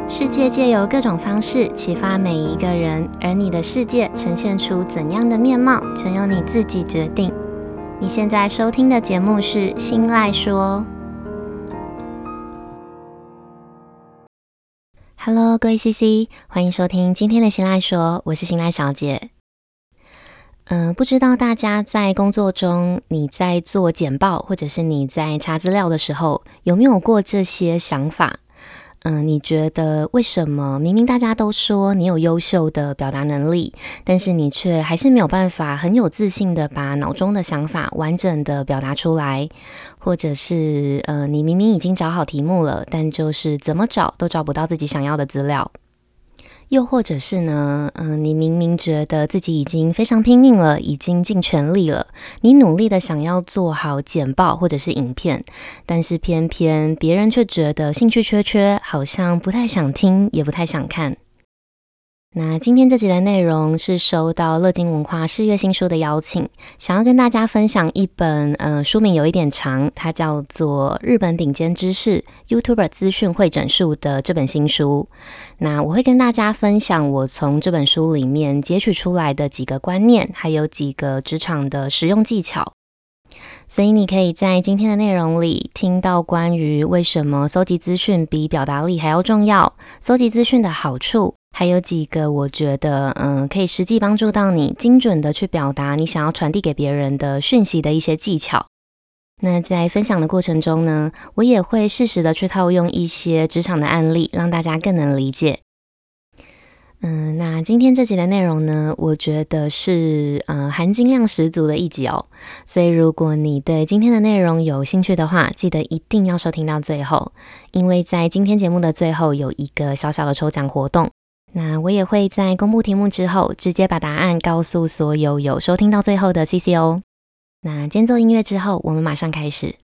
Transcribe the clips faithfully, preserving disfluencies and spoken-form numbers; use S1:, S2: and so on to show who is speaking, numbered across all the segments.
S1: 世界借由各种方式启发每一个人，而你的世界呈现出怎样的面貌，全由你自己决定。你现在收听的节目是《心赖说》。Hello， 各位 C C， 欢迎收听今天的《心赖说》，我是心赖小姐。嗯、呃，不知道大家在工作中，你在做简报，或者是你在查资料的时候，有没有过这些想法？嗯、呃，你觉得为什么明明大家都说你有优秀的表达能力，但是你却还是没有办法很有自信的把脑中的想法完整的表达出来？或者是呃，你明明已经找好题目了，但就是怎么找都找不到自己想要的资料？又或者是呢，嗯、呃，你明明觉得自己已经非常拼命了，已经尽全力了，你努力的想要做好简报或者是影片，但是偏偏别人却觉得兴趣缺缺，好像不太想听，也不太想看。那今天这集的内容是收到乐金文化四月新书的邀请，想要跟大家分享一本呃书名有一点长，它叫做《日本顶尖知识 YouTuber 资讯汇整术》的这本新书。那我会跟大家分享我从这本书里面截取出来的几个观念，还有几个职场的实用技巧。所以你可以在今天的内容里听到关于为什么搜集资讯比表达力还要重要，搜集资讯的好处，还有几个我觉得嗯，可以实际帮助到你精准的去表达你想要传递给别人的讯息的一些技巧。那在分享的过程中呢，我也会适时的去套用一些职场的案例，让大家更能理解。嗯，那今天这集的内容呢，我觉得是呃含金量十足的一集哦。所以如果你对今天的内容有兴趣的话，记得一定要收听到最后，因为在今天节目的最后有一个小小的抽奖活动。那我也会在公布题目之后，直接把答案告诉所有有收听到最后的 C C 哦。那间奏音乐之后，我们马上开始。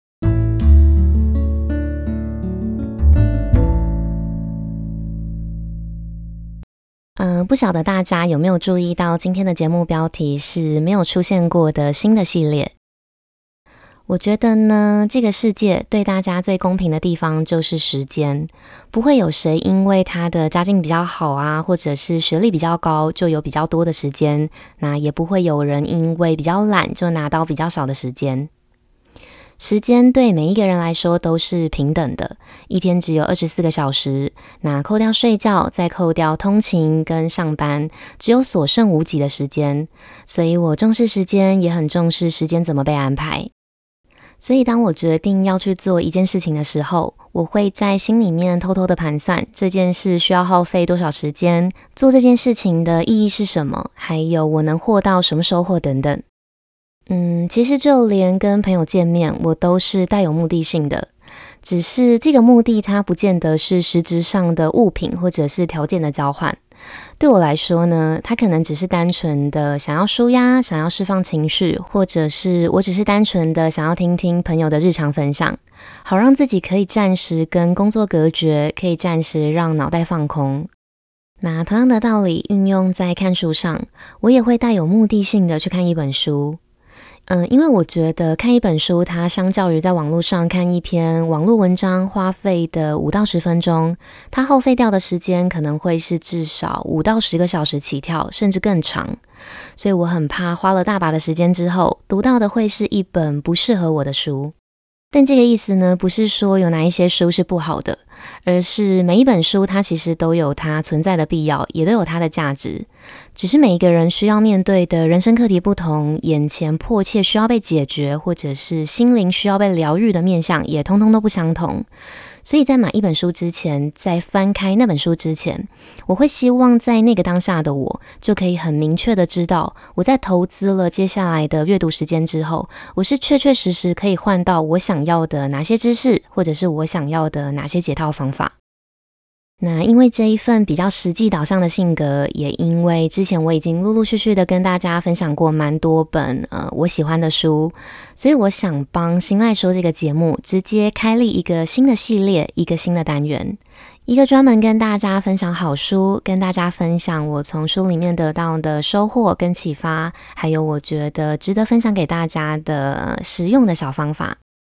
S1: 嗯、呃，不晓得大家有没有注意到今天的节目标题是没有出现过的新的系列。我觉得呢，这个世界对大家最公平的地方就是时间，不会有谁因为他的家境比较好啊，或者是学历比较高，就有比较多的时间，那也不会有人因为比较懒就拿到比较少的时间。时间对每一个人来说都是平等的，一天只有二十四个小时，那扣掉睡觉，再扣掉通勤跟上班，只有所剩无几的时间。所以我重视时间，也很重视时间怎么被安排。所以当我决定要去做一件事情的时候，我会在心里面偷偷的盘算这件事需要耗费多少时间，做这件事情的意义是什么，还有我能获到什么收获等等。嗯，其实就连跟朋友见面，我都是带有目的性的，只是这个目的它不见得是实质上的物品或者是条件的交换。对我来说呢，它可能只是单纯的想要抒压，想要释放情绪，或者是我只是单纯的想要听听朋友的日常分享，好让自己可以暂时跟工作隔绝，可以暂时让脑袋放空。那同样的道理运用在看书上，我也会带有目的性的去看一本书。嗯，因为我觉得看一本书，它相较于在网络上看一篇网络文章花费的五到十分钟，它耗费掉的时间可能会是至少五到十个小时起跳，甚至更长。所以我很怕花了大把的时间之后，读到的会是一本不适合我的书。但这个意思呢，不是说有哪一些书是不好的，而是每一本书它其实都有它存在的必要，也都有它的价值。只是每一个人需要面对的人生课题不同，眼前迫切需要被解决，或者是心灵需要被疗愈的面向，也通通都不相同。所以在买一本书之前，在翻开那本书之前，我会希望在那个当下的我，就可以很明确的知道，我在投资了接下来的阅读时间之后，我是确确实实可以换到我想要的哪些知识，或者是我想要的哪些解套方法。那因为这一份比较实际导向的性格，也因为之前我已经陆陆续续的跟大家分享过蛮多本呃我喜欢的书，所以我想帮心赖说这个节目直接开立一个新的系列，一个新的单元，一个专门跟大家分享好书，跟大家分享我从书里面得到的收获跟启发，还有我觉得值得分享给大家的实用的小方法。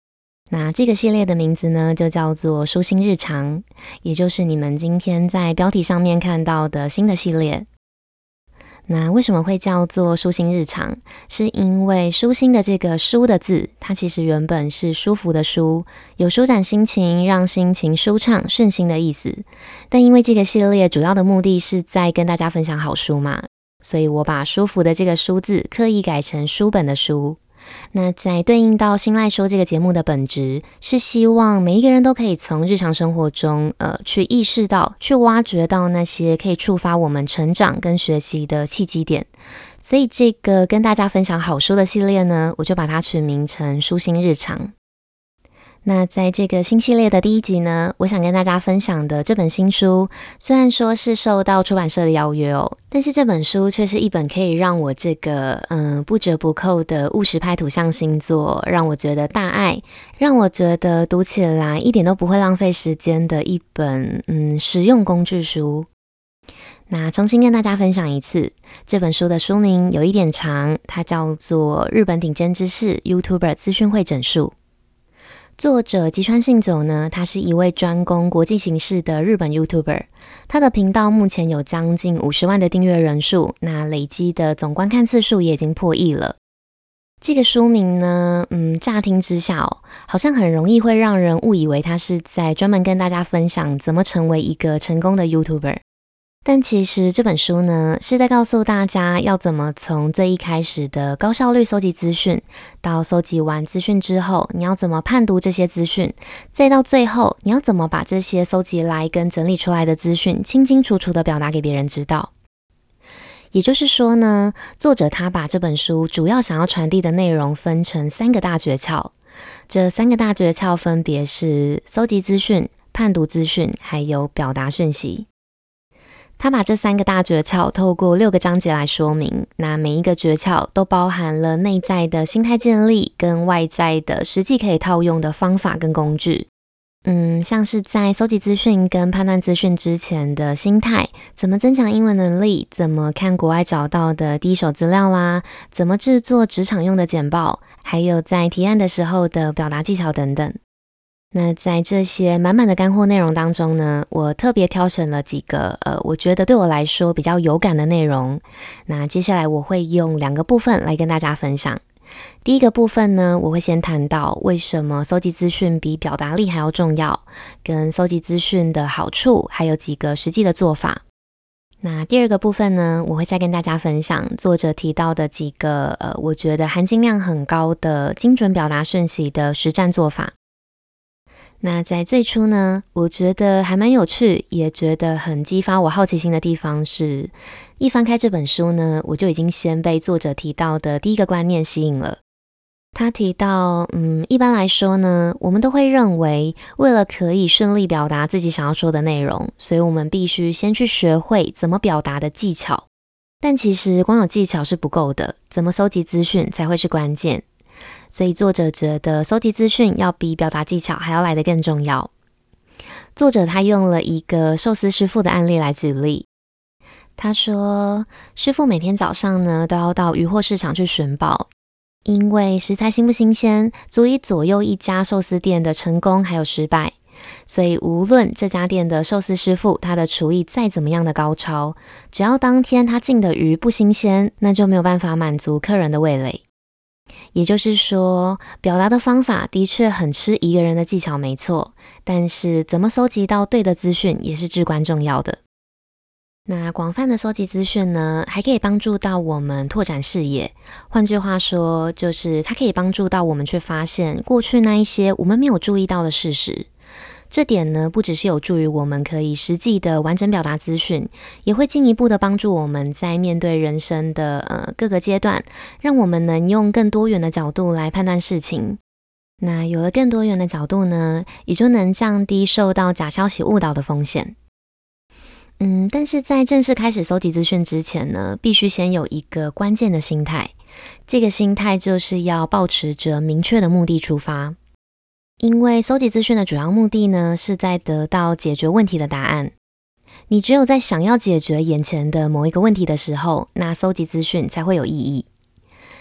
S1: 那这个系列的名字呢，就叫做舒心日常，也就是你们今天在标题上面看到的新的系列。那为什么会叫做舒心日常？是因为舒心的这个舒的字，它其实原本是舒服的舒，有舒展心情，让心情舒畅顺心的意思。但因为这个系列主要的目的是在跟大家分享好书嘛，所以我把舒服的这个舒字刻意改成书本的书。那在对应到新赖说这个节目的本质，是希望每一个人都可以从日常生活中呃，去意识到，去挖掘到那些可以触发我们成长跟学习的契机点。所以这个跟大家分享好书的系列呢，我就把它取名成舒心日常。那在这个新系列的第一集呢，我想跟大家分享的这本新书，虽然说是受到出版社的邀约哦，但是这本书却是一本可以让我这个嗯不折不扣的务实派土象星座，让我觉得大爱，让我觉得读起来一点都不会浪费时间的一本嗯实用工具书。那重新跟大家分享一次，这本书的书名有一点长，它叫做《日本顶尖知识 YouTuber 资讯会整数》。作者吉川信久呢，他是一位专攻国际形势的日本 YouTuber， 他的频道目前有将近五十万的订阅人数，那累积的总观看次数也已经破亿了。这个书名呢，嗯，乍听之下哦，好像很容易会让人误以为他是在专门跟大家分享怎么成为一个成功的 YouTuber。但其实这本书呢，是在告诉大家要怎么从最一开始的高效率搜集资讯，到搜集完资讯之后，你要怎么判读这些资讯，再到最后，你要怎么把这些搜集来跟整理出来的资讯清清楚楚的表达给别人知道。也就是说呢，作者他把这本书主要想要传递的内容分成三个大诀窍，这三个大诀窍分别是搜集资讯、判读资讯，还有表达讯息。他把这三个大诀窍透过六个章节来说明，那每一个诀窍都包含了内在的心态建立跟外在的实际可以套用的方法跟工具。嗯，像是在搜集资讯跟判断资讯之前的心态，怎么增强英文能力，怎么看国外找到的第一手资料啦，怎么制作职场用的简报，还有在提案的时候的表达技巧等等。那在这些满满的干货内容当中呢，我特别挑选了几个呃，我觉得对我来说比较有感的内容。那接下来我会用两个部分来跟大家分享。第一个部分呢，我会先谈到为什么搜集资讯比表达力还要重要，跟搜集资讯的好处，还有几个实际的做法。那第二个部分呢，我会再跟大家分享作者提到的几个呃，我觉得含金量很高的精准表达讯息的实战做法。那在最初呢，我觉得还蛮有趣，也觉得很激发我好奇心的地方是，一翻开这本书呢，我就已经先被作者提到的第一个观念吸引了。他提到，嗯，一般来说呢，我们都会认为，为了可以顺利表达自己想要说的内容，所以我们必须先去学会怎么表达的技巧。但其实光有技巧是不够的，怎么搜集资讯才会是关键。所以作者觉得搜集资讯要比表达技巧还要来得更重要。作者他用了一个寿司师傅的案例来举例。他说，师傅每天早上呢都要到鱼货市场去寻宝，因为食材新不新鲜，足以左右一家寿司店的成功还有失败。所以无论这家店的寿司师傅他的厨艺再怎么样的高超，只要当天他进的鱼不新鲜，那就没有办法满足客人的味蕾。也就是说，表达的方法的确很吃一个人的技巧没错，但是怎么搜集到对的资讯也是至关重要的。那广泛的搜集资讯呢，还可以帮助到我们拓展视野。换句话说，就是它可以帮助到我们去发现过去那一些我们没有注意到的事实。这点呢，不只是有助于我们可以实际的完整表达资讯，也会进一步的帮助我们在面对人生的呃各个阶段，让我们能用更多元的角度来判断事情。那有了更多元的角度呢，也就能降低受到假消息误导的风险。嗯，但是在正式开始搜集资讯之前呢，必须先有一个关键的心态，这个心态就是要抱持着明确的目的出发。因为搜集资讯的主要目的呢，是在得到解决问题的答案。你只有在想要解决眼前的某一个问题的时候，那搜集资讯才会有意义。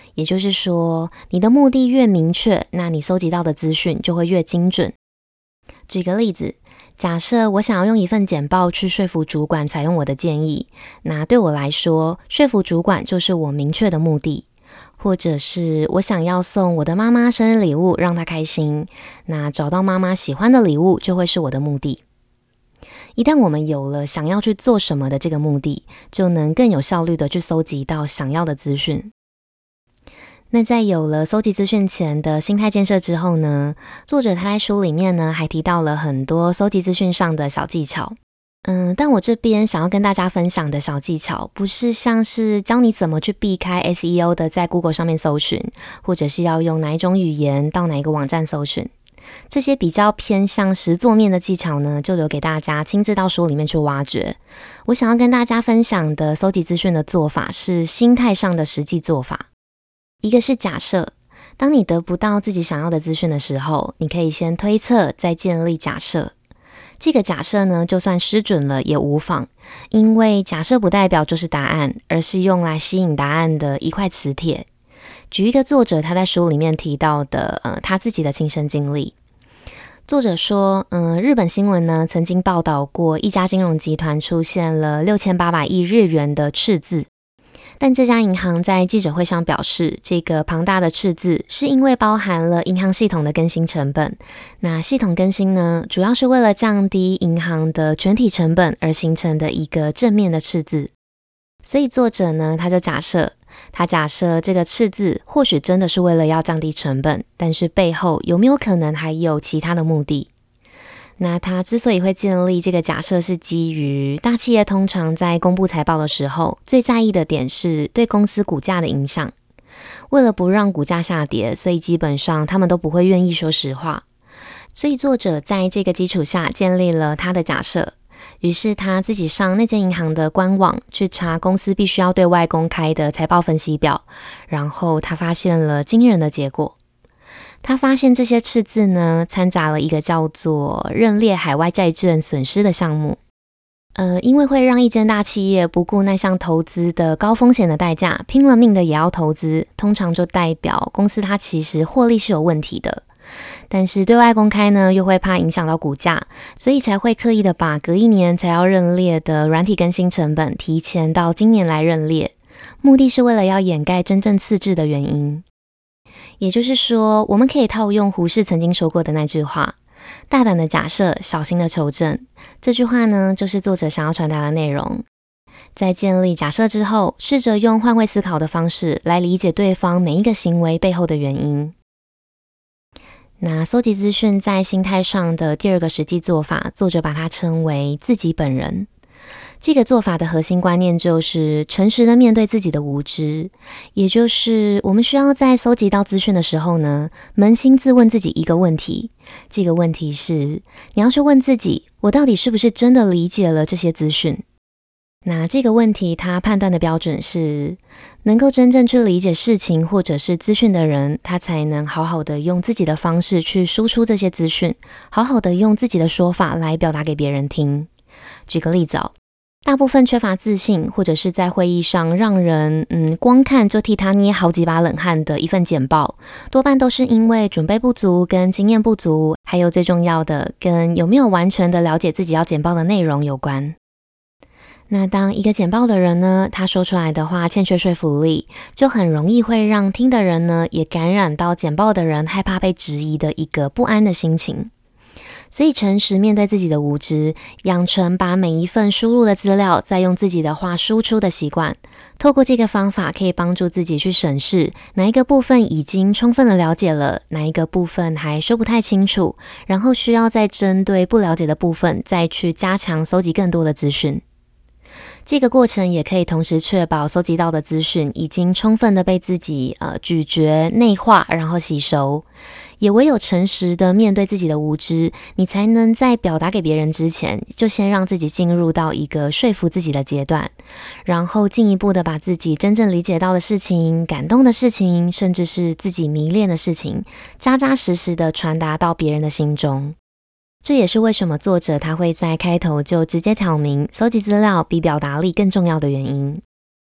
S1: 也就是说，你的目的越明确，那你搜集到的资讯就会越精准。举个例子，假设我想要用一份简报去说服主管采用我的建议，那对我来说，说服主管就是我明确的目的。或者是我想要送我的妈妈生日礼物，让她开心，那找到妈妈喜欢的礼物就会是我的目的。一旦我们有了想要去做什么的这个目的，就能更有效率的去搜集到想要的资讯。那在有了搜集资讯前的心态建设之后呢，作者他在书里面呢还提到了很多搜集资讯上的小技巧。嗯，但我这边想要跟大家分享的小技巧，不是像是教你怎么去避开 S E O 的在 Google 上面搜寻，或者是要用哪一种语言到哪一个网站搜寻。这些比较偏向实作面的技巧呢，就留给大家亲自到书里面去挖掘。我想要跟大家分享的搜集资讯的做法，是心态上的实际做法。一个是假设，当你得不到自己想要的资讯的时候，你可以先推测，再建立假设。这个假设呢，就算失准了也无妨，因为假设不代表就是答案，而是用来吸引答案的一块磁铁。举一个作者他在书里面提到的呃他自己的亲身经历。作者说，嗯、呃，日本新闻呢曾经报道过一家金融集团出现了六千八百亿日元的赤字。但这家银行在记者会上表示，这个庞大的赤字是因为包含了银行系统的更新成本。那系统更新呢，主要是为了降低银行的全体成本而形成的一个正面的赤字。所以作者呢，他就假设，他假设这个赤字或许真的是为了要降低成本，但是背后有没有可能还有其他的目的？那他之所以会建立这个假设，是基于大企业通常在公布财报的时候，最在意的点是对公司股价的影响。为了不让股价下跌，所以基本上他们都不会愿意说实话。所以作者在这个基础下建立了他的假设，于是他自己上那间银行的官网去查公司必须要对外公开的财报分析表，然后他发现了惊人的结果。他发现这些赤字呢，掺杂了一个叫做认列海外债券损失的项目。呃，因为会让一间大企业不顾那项投资的高风险的代价，拼了命的也要投资，通常就代表公司它其实获利是有问题的。但是对外公开呢，又会怕影响到股价，所以才会刻意的把隔一年才要认列的软体更新成本提前到今年来认列，目的是为了要掩盖真正赤字的原因。也就是说，我们可以套用胡适曾经说过的那句话，大胆的假设，小心的求证。这句话呢，就是作者想要传达的内容。在建立假设之后，试着用换位思考的方式来理解对方每一个行为背后的原因。那搜集资讯在心态上的第二个实际做法，作者把它称为自己本人。这个做法的核心观念就是诚实的面对自己的无知，也就是我们需要在搜集到资讯的时候呢，扪心自问自己一个问题。这个问题是，你要去问自己，我到底是不是真的理解了这些资讯？那这个问题它判断的标准是，能够真正去理解事情或者是资讯的人，他才能好好的用自己的方式去输出这些资讯，好好的用自己的说法来表达给别人听。举个例子哦，大部分缺乏自信，或者是在会议上让人嗯光看就替他捏好几把冷汗的一份简报，多半都是因为准备不足跟经验不足，还有最重要的跟有没有完全的了解自己要简报的内容有关。那当一个简报的人呢，他说出来的话欠缺说服力，就很容易会让听的人呢也感染到简报的人害怕被质疑的一个不安的心情。所以诚实面对自己的无知，养成把每一份输入的资料再用自己的话输出的习惯。透过这个方法，可以帮助自己去审视哪一个部分已经充分的了解了，哪一个部分还说不太清楚，然后需要再针对不了解的部分再去加强搜集更多的资讯。这个过程也可以同时确保搜集到的资讯已经充分的被自己呃咀嚼、内化，然后吸收。也唯有诚实的面对自己的无知，你才能在表达给别人之前，就先让自己进入到一个说服自己的阶段，然后进一步的把自己真正理解到的事情、感动的事情，甚至是自己迷恋的事情，扎扎实实的传达到别人的心中。这也是为什么作者他会在开头就直接挑明搜集资料比表达力更重要的原因。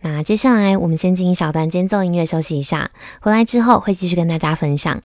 S1: 那接下来我们先进一小段间奏音乐休息一下，回来之后会继续跟大家分享。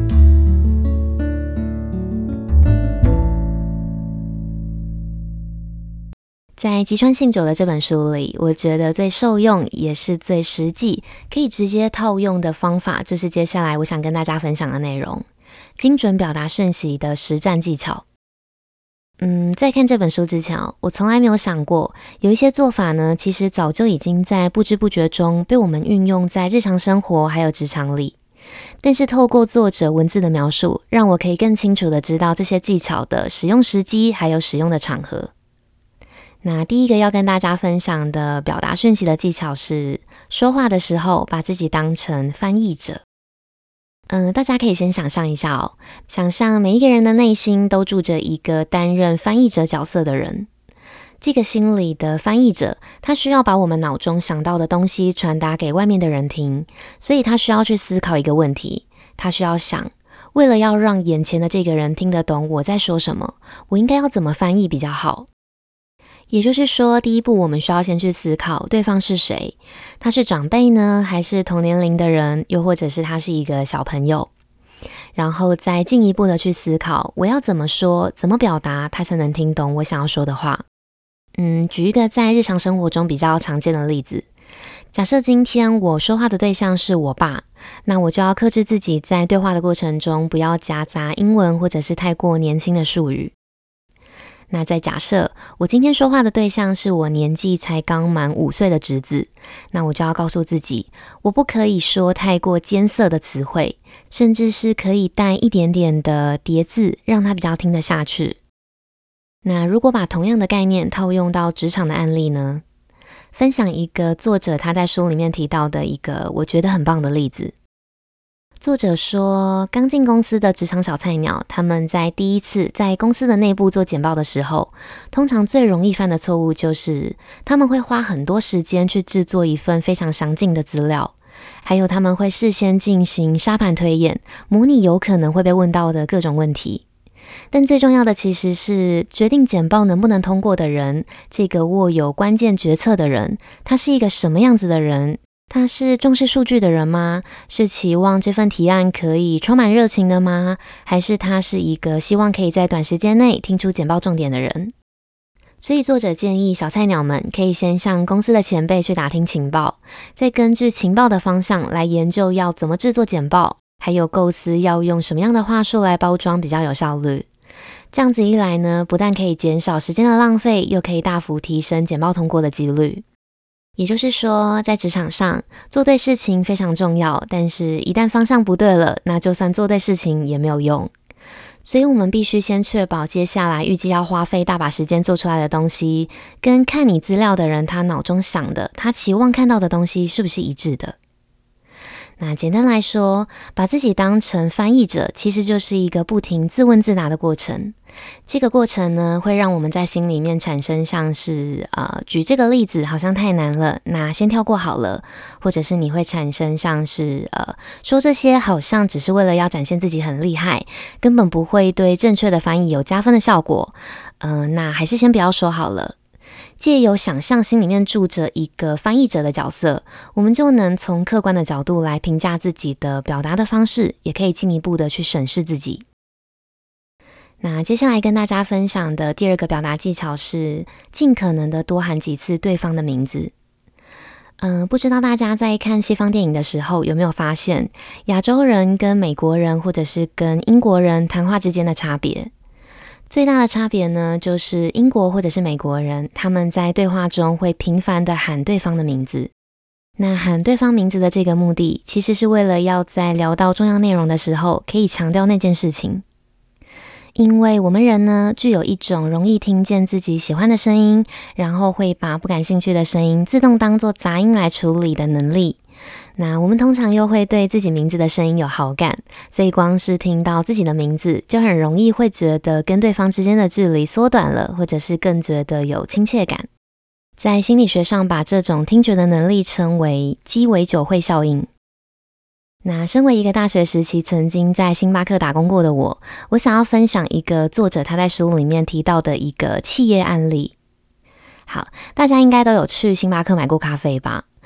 S1: 在吉川信久的这本书里，我觉得最受用也是最实际可以直接套用的方法，就是接下来我想跟大家分享的内容，精准表达讯息的实战技巧。嗯，在看这本书之前，我从来没有想过有一些做法呢，其实早就已经在不知不觉中被我们运用在日常生活还有职场里。但是透过作者文字的描述，让我可以更清楚的知道这些技巧的使用时机还有使用的场合。那第一个要跟大家分享的表达讯息的技巧是，说话的时候把自己当成翻译者。嗯，大家可以先想象一下哦，想象每一个人的内心都住着一个担任翻译者角色的人。这个心里的翻译者，他需要把我们脑中想到的东西传达给外面的人听，所以他需要去思考一个问题，他需要想，为了要让眼前的这个人听得懂我在说什么，我应该要怎么翻译比较好。也就是说，第一步我们需要先去思考对方是谁，他是长辈呢，还是同年龄的人，又或者是他是一个小朋友，然后再进一步的去思考我要怎么说，怎么表达他才能听懂我想要说的话。嗯，举一个在日常生活中比较常见的例子，假设今天我说话的对象是我爸，那我就要克制自己在对话的过程中不要夹杂英文或者是太过年轻的术语。那再假设我今天说话的对象是我年纪才刚满五岁的侄子，那我就要告诉自己，我不可以说太过艰涩的词汇，甚至是可以带一点点的叠字，让他比较听得下去。那如果把同样的概念套用到职场的案例呢？分享一个作者他在书里面提到的一个我觉得很棒的例子。作者说，刚进公司的职场小菜鸟，他们在第一次在公司的内部做简报的时候，通常最容易犯的错误就是他们会花很多时间去制作一份非常详尽的资料，还有他们会事先进行沙盘推演，模拟有可能会被问到的各种问题。但最重要的其实是决定简报能不能通过的人，这个握有关键决策的人，他是一个什么样子的人？他是重视数据的人吗？是期望这份提案可以充满热情的吗？还是他是一个希望可以在短时间内听出简报重点的人？所以作者建议小菜鸟们可以先向公司的前辈去打听情报，再根据情报的方向来研究要怎么制作简报，还有构思要用什么样的话术来包装比较有效率。这样子一来呢，不但可以减少时间的浪费，又可以大幅提升简报通过的几率。也就是说，在职场上做对事情非常重要，但是一旦方向不对了，那就算做对事情也没有用。所以我们必须先确保接下来预计要花费大把时间做出来的东西，跟看你资料的人他脑中想的，他期望看到的东西是不是一致的。那简单来说，把自己当成翻译者，其实就是一个不停自问自答的过程。这个过程呢，会让我们在心里面产生像是呃，举这个例子好像太难了，那先跳过好了，或者是你会产生像是呃，说这些好像只是为了要展现自己很厉害，根本不会对正确的翻译有加分的效果。嗯、呃，那还是先不要说好了。借由想象心里面住着一个翻译者的角色，我们就能从客观的角度来评价自己的表达的方式，也可以进一步的去审视自己。那接下来跟大家分享的第二个表达技巧是尽可能的多喊几次对方的名字。嗯、呃，不知道大家在看西方电影的时候有没有发现，亚洲人跟美国人或者是跟英国人谈话之间的差别？最大的差别呢，就是英国或者是美国人，他们在对话中会频繁的喊对方的名字。那喊对方名字的这个目的，其实是为了要在聊到重要内容的时候，可以强调那件事情。因为我们人呢，具有一种容易听见自己喜欢的声音，然后会把不感兴趣的声音自动当作杂音来处理的能力。那我们通常又会对自己名字的声音有好感，所以光是听到自己的名字，就很容易会觉得跟对方之间的距离缩短了，或者是更觉得有亲切感。在心理学上，把这种听觉的能力称为鸡尾酒会效应。那身为一个大学时期曾经在星巴克打工过的我，我想要分享一个作者他在书里面提到的一个企业案例。好，大家应该都有去星巴克买过咖啡吧？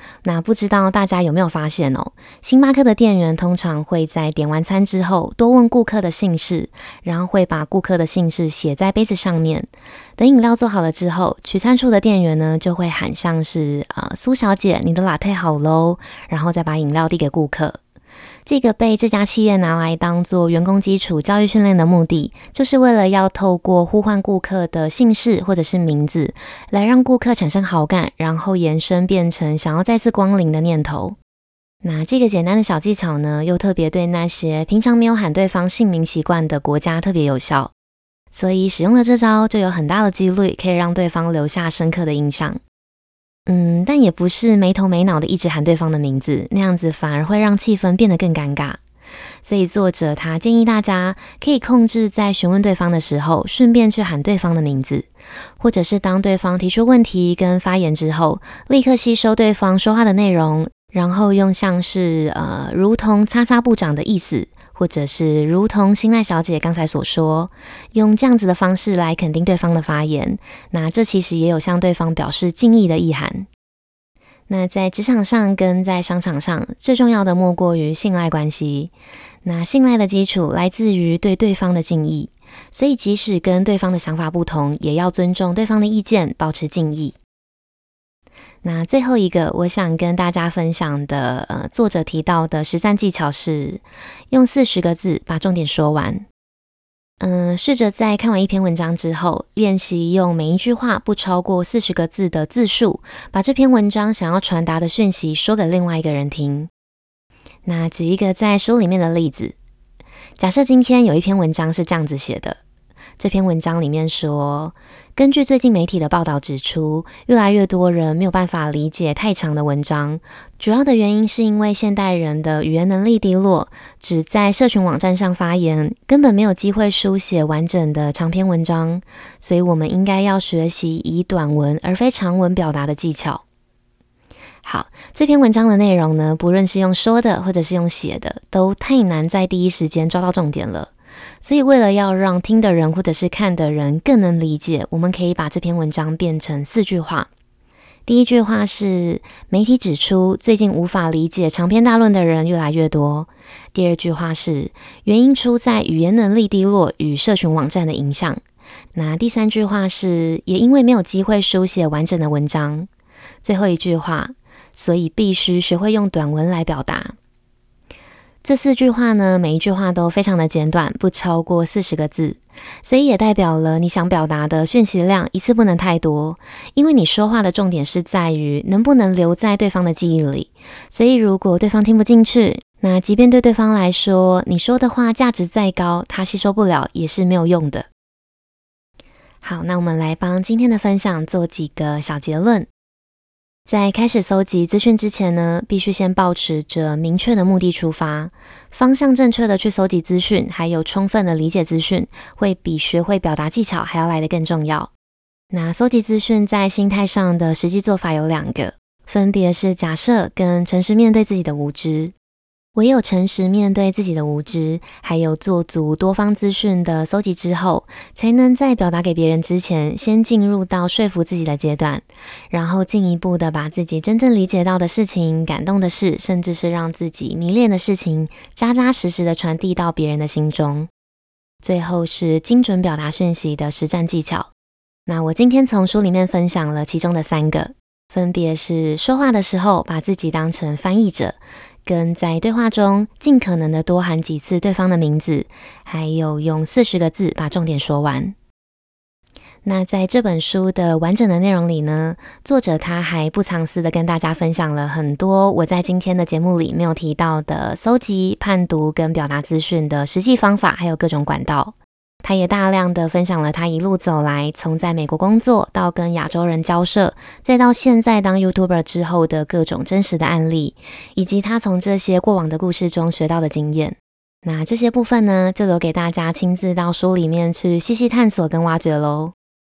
S1: 那不知道大家有没有发现哦，星巴克的店员通常会在点完餐之后多问顾客的姓氏，然后会把顾客的姓氏写在杯子上面。等饮料做好了之后，取餐处的店员呢就会喊像是呃苏小姐，你的 latte 好咯，然后再把饮料递给顾客。这个被这家企业拿来当做员工基础教育训练的目的，就是为了要透过呼唤顾客的姓氏或者是名字，来让顾客产生好感，然后延伸变成想要再次光临的念头。那这个简单的小技巧呢，又特别对那些平常没有喊对方姓名习惯的国家特别有效，所以使用了这招就有很大的几率可以让对方留下深刻的印象。嗯，但也不是没头没脑的一直喊对方的名字，那样子反而会让气氛变得更尴尬。所以作者他建议大家可以控制在询问对方的时候，顺便去喊对方的名字，或者是当对方提出问题跟发言之后，立刻吸收对方说话的内容，然后用像是呃如同叉叉部长的意思，或者是如同新奈小姐刚才所说，用这样子的方式来肯定对方的发言，那这其实也有向对方表示敬意的意涵。那在职场上跟在商场上，最重要的莫过于信赖关系。那信赖的基础来自于对对方的敬意，所以即使跟对方的想法不同，也要尊重对方的意见，保持敬意。那最后一个我想跟大家分享的呃，作者提到的实战技巧是用四十个字把重点说完。嗯，试着在看完一篇文章之后，练习用每一句话不超过四十个字的字数，把这篇文章想要传达的讯息说给另外一个人听。那举一个在书里面的例子，假设今天有一篇文章是这样子写的，这篇文章里面说，根据最近媒体的报道指出，越来越多人没有办法理解太长的文章，主要的原因是因为现代人的语言能力低落，只在社群网站上发言，根本没有机会书写完整的长篇文章，所以我们应该要学习以短文而非长文表达的技巧。好，这篇文章的内容呢，不论是用说的或者是用写的，都太难在第一时间抓到重点了。所以为了要让听的人或者是看的人更能理解，我们可以把这篇文章变成四句话。第一句话是，媒体指出最近无法理解长篇大论的人越来越多。第二句话是，原因出在语言能力低落与社群网站的影响。那第三句话是，也因为没有机会书写完整的文章。最后一句话，所以必须学会用短文来表达。这四句话呢，每一句话都非常的简短，不超过四十个字，所以也代表了你想表达的讯息量一次不能太多，因为你说话的重点是在于能不能留在对方的记忆里，所以如果对方听不进去，那即便对对方来说，你说的话价值再高，他吸收不了也是没有用的。好，那我们来帮今天的分享做几个小结论。在开始搜集资讯之前呢，必须先抱持着明确的目的出发，方向正确的去搜集资讯，还有充分的理解资讯，会比学会表达技巧还要来得更重要。那搜集资讯在心态上的实际做法有两个，分别是假设跟诚实面对自己的无知。唯有诚实面对自己的无知，还有做足多方资讯的搜集之后，才能在表达给别人之前，先进入到说服自己的阶段，然后进一步的把自己真正理解到的事情、感动的事，甚至是让自己迷恋的事情，扎扎实实的传递到别人的心中。最后是精准表达讯息的实战技巧。那我今天从书里面分享了其中的三个，分别是说话的时候把自己当成翻译者，跟在对话中尽可能的多喊几次对方的名字，还有用四十个字把重点说完。那在这本书的完整的内容里呢，作者他还不藏私的跟大家分享了很多我在今天的节目里没有提到的搜集、判读跟表达资讯的实际方法，还有各种管道。他也大量的分享了他一路走来，从在美国工作到跟亚洲人交涉，再到现在当 YouTuber 之后的各种真实的案例，以及他从这些过往的故事中学到的经验。那这些部分呢，就留给大家亲自到书里面去细细探索跟挖掘咯。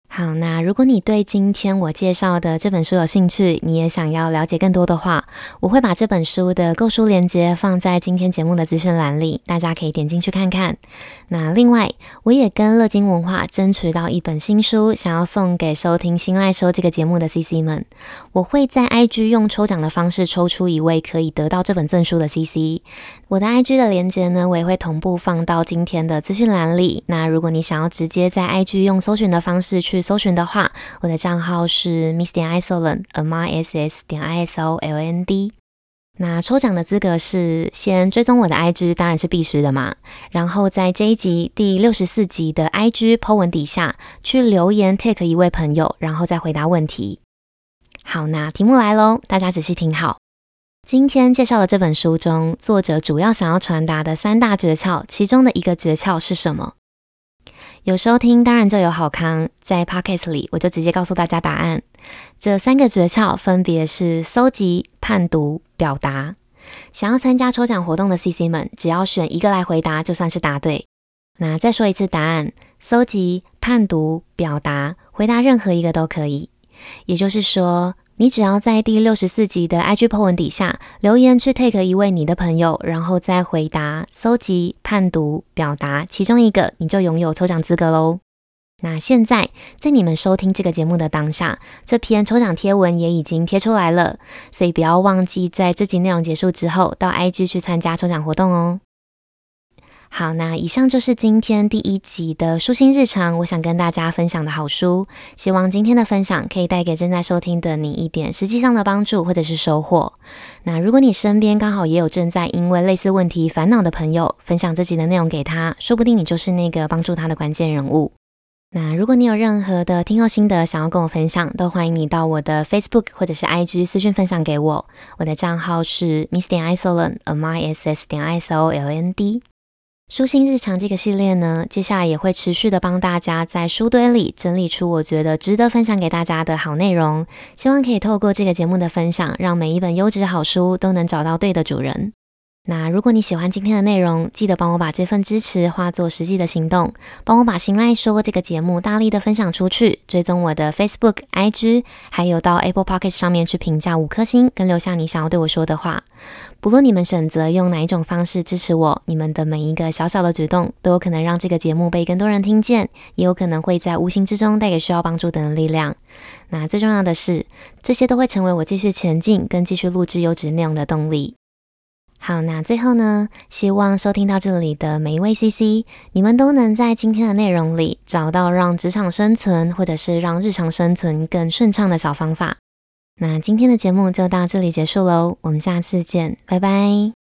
S1: 好，那如果你对今天我介绍的这本书有兴趣，你也想要了解更多的话，我会把这本书的购书链接放在今天节目的资讯栏里，大家可以点进去看看。那另外，我也跟乐金文化争取到一本新书，想要送给收听新赖说这个节目的 C C 们。我会在 I G 用抽奖的方式抽出一位可以得到这本赠书的 C C。我的 I G 的连结呢，我也会同步放到今天的资讯栏里。那如果你想要直接在 I G 用搜寻的方式去搜寻的话，我的账号是 miss 点 isoland m i s s 点 i s o l a n d。 那抽奖的资格是先追踪我的 I G， 当然是必须的嘛，然后在这一集第六十四集的 I G po 文底下去留言 take 一位朋友，然后再回答问题。好，那题目来咯，大家仔细听好。今天介绍的这本书中，作者主要想要传达的三大诀窍，其中的一个诀窍是什么？有收听当然就有好康，在 Podcast 里我就直接告诉大家答案。这三个诀窍分别是搜集、判读、表达。想要参加抽奖活动的 C C 们，只要选一个来回答就算是答对。那再说一次答案，搜集、判读、表达，回答任何一个都可以。也就是说，你只要在第六十四集的 I G po 文底下留言去 take 一位你的朋友，然后再回答搜集、判读、表达其中一个，你就拥有抽奖资格咯。那现在在你们收听这个节目的当下，这篇抽奖贴文也已经贴出来了，所以不要忘记在这集内容结束之后到 I G 去参加抽奖活动哦。好，那以上就是今天第一集的书心日常，我想跟大家分享的好书，希望今天的分享可以带给正在收听的你一点实际上的帮助或者是收获。那如果你身边刚好也有正在因为类似问题烦恼的朋友，分享这集的内容给他，说不定你就是那个帮助他的关键人物。那如果你有任何的听后心得想要跟我分享，都欢迎你到我的 Facebook 或者是 I G 私讯分享给我，我的账号是 miss 点 isoland m i s s 点 i s o l a n d。书心日常这个系列呢，接下来也会持续的帮大家在书堆里整理出我觉得值得分享给大家的好内容，希望可以透过这个节目的分享，让每一本优质好书都能找到对的主人。那如果你喜欢今天的内容，记得帮我把这份支持化作实际的行动，帮我把新赖说这个节目大力的分享出去，追踪我的 Facebook、I G， 还有到 Apple Podcast 上面去评价五颗星，跟留下你想要对我说的话。不论你们选择用哪一种方式支持我，你们的每一个小小的举动都有可能让这个节目被更多人听见，也有可能会在无形之中带给需要帮助的人力量。那最重要的是，这些都会成为我继续前进跟继续录制优质内容的动力。好，那最后呢，希望收听到这里的每一位 C C， 你们都能在今天的内容里找到让职场生存或者是让日常生存更顺畅的小方法。那今天的节目就到这里结束咯，我们下次见，拜拜。